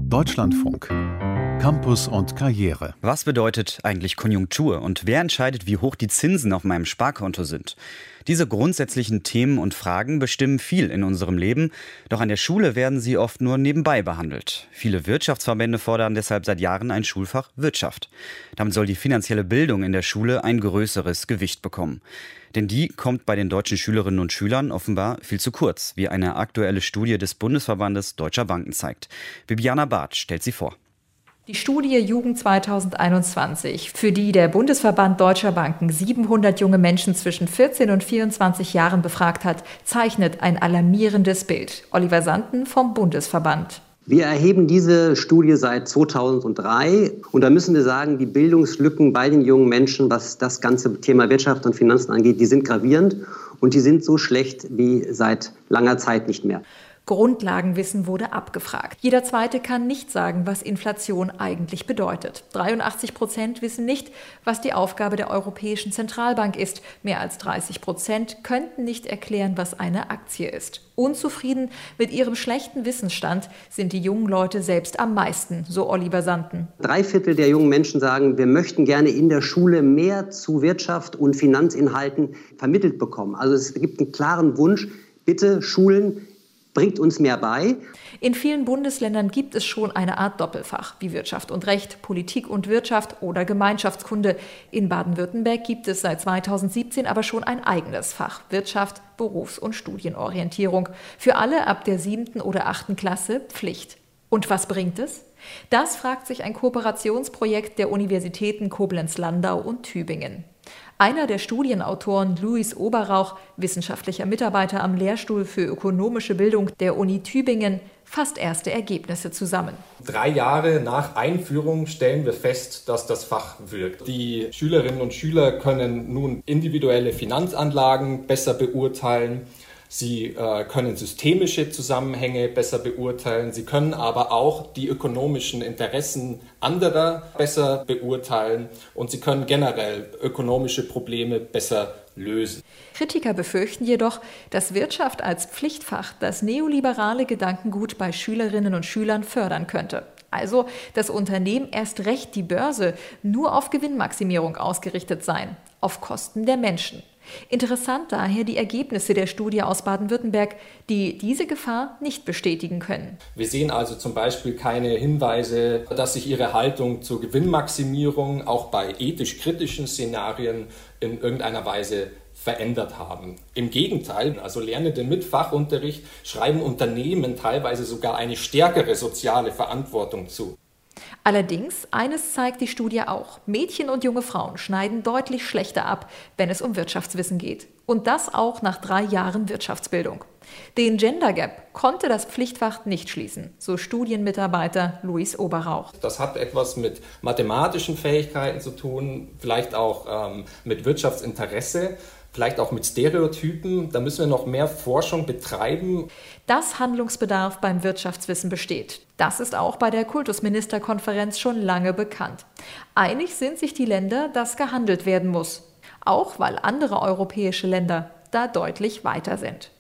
Deutschlandfunk. Campus und Karriere. Was bedeutet eigentlich Konjunktur und wer entscheidet, wie hoch die Zinsen auf meinem Sparkonto sind? Diese grundsätzlichen Themen und Fragen bestimmen viel in unserem Leben, doch an der Schule werden sie oft nur nebenbei behandelt. Viele Wirtschaftsverbände fordern deshalb seit Jahren ein Schulfach Wirtschaft. Damit soll die finanzielle Bildung in der Schule ein größeres Gewicht bekommen. Denn die kommt bei den deutschen Schülerinnen und Schülern offenbar viel zu kurz, wie eine aktuelle Studie des Bundesverbandes Deutscher Banken zeigt. Bibiana Barth stellt sie vor. Die Studie Jugend 2021, für die der Bundesverband Deutscher Banken 700 junge Menschen zwischen 14 und 24 Jahren befragt hat, zeichnet ein alarmierendes Bild. Oliver Sanden vom Bundesverband. Wir erheben diese Studie seit 2003 und da müssen wir sagen, die Bildungslücken bei den jungen Menschen, was das ganze Thema Wirtschaft und Finanzen angeht, die sind gravierend und die sind so schlecht wie seit langer Zeit nicht mehr. Grundlagenwissen wurde abgefragt. Jeder Zweite kann nicht sagen, was Inflation eigentlich bedeutet. 83% wissen nicht, was die Aufgabe der Europäischen Zentralbank ist. Mehr als 30% könnten nicht erklären, was eine Aktie ist. Unzufrieden mit ihrem schlechten Wissensstand sind die jungen Leute selbst am meisten, so Oliver Sanden. 3/4 der jungen Menschen sagen, wir möchten gerne in der Schule mehr zu Wirtschaft und Finanzinhalten vermittelt bekommen. Also es gibt einen klaren Wunsch, bitte Schulen, bringt uns mehr bei. In vielen Bundesländern gibt es schon eine Art Doppelfach, wie Wirtschaft und Recht, Politik und Wirtschaft oder Gemeinschaftskunde. In Baden-Württemberg gibt es seit 2017 aber schon ein eigenes Fach, Wirtschaft, Berufs- und Studienorientierung. Für alle ab der 7. oder 8. Klasse Pflicht. Und was bringt es? Das fragt sich ein Kooperationsprojekt der Universitäten Koblenz-Landau und Tübingen. Einer der Studienautoren, Luis Oberrauch, wissenschaftlicher Mitarbeiter am Lehrstuhl für ökonomische Bildung der Uni Tübingen, fasst erste Ergebnisse zusammen. 3 Jahre nach Einführung stellen wir fest, dass das Fach wirkt. Die Schülerinnen und Schüler können nun individuelle Finanzanlagen besser beurteilen. Sie können systemische Zusammenhänge besser beurteilen. Sie können aber auch die ökonomischen Interessen anderer besser beurteilen. Und sie können generell ökonomische Probleme besser lösen. Kritiker befürchten jedoch, dass Wirtschaft als Pflichtfach das neoliberale Gedankengut bei Schülerinnen und Schülern fördern könnte. Also, dass Unternehmen erst recht die Börse nur auf Gewinnmaximierung ausgerichtet seien, auf Kosten der Menschen. Interessant daher die Ergebnisse der Studie aus Baden-Württemberg, die diese Gefahr nicht bestätigen können. Wir sehen also zum Beispiel keine Hinweise, dass sich ihre Haltung zur Gewinnmaximierung auch bei ethisch kritischen Szenarien in irgendeiner Weise verändert haben. Im Gegenteil, also Lernende mit Fachunterricht schreiben Unternehmen teilweise sogar eine stärkere soziale Verantwortung zu. Allerdings, eines zeigt die Studie auch, Mädchen und junge Frauen schneiden deutlich schlechter ab, wenn es um Wirtschaftswissen geht. Und das auch nach 3 Jahren Wirtschaftsbildung. Den Gender Gap konnte das Pflichtfach nicht schließen, so Studienmitarbeiter Luis Oberrauch. Das hat etwas mit mathematischen Fähigkeiten zu tun, vielleicht auch mit Wirtschaftsinteresse. Vielleicht auch mit Stereotypen, da müssen wir noch mehr Forschung betreiben. Dass Handlungsbedarf beim Wirtschaftswissen besteht, das ist auch bei der Kultusministerkonferenz schon lange bekannt. Einig sind sich die Länder, dass gehandelt werden muss, auch weil andere europäische Länder da deutlich weiter sind.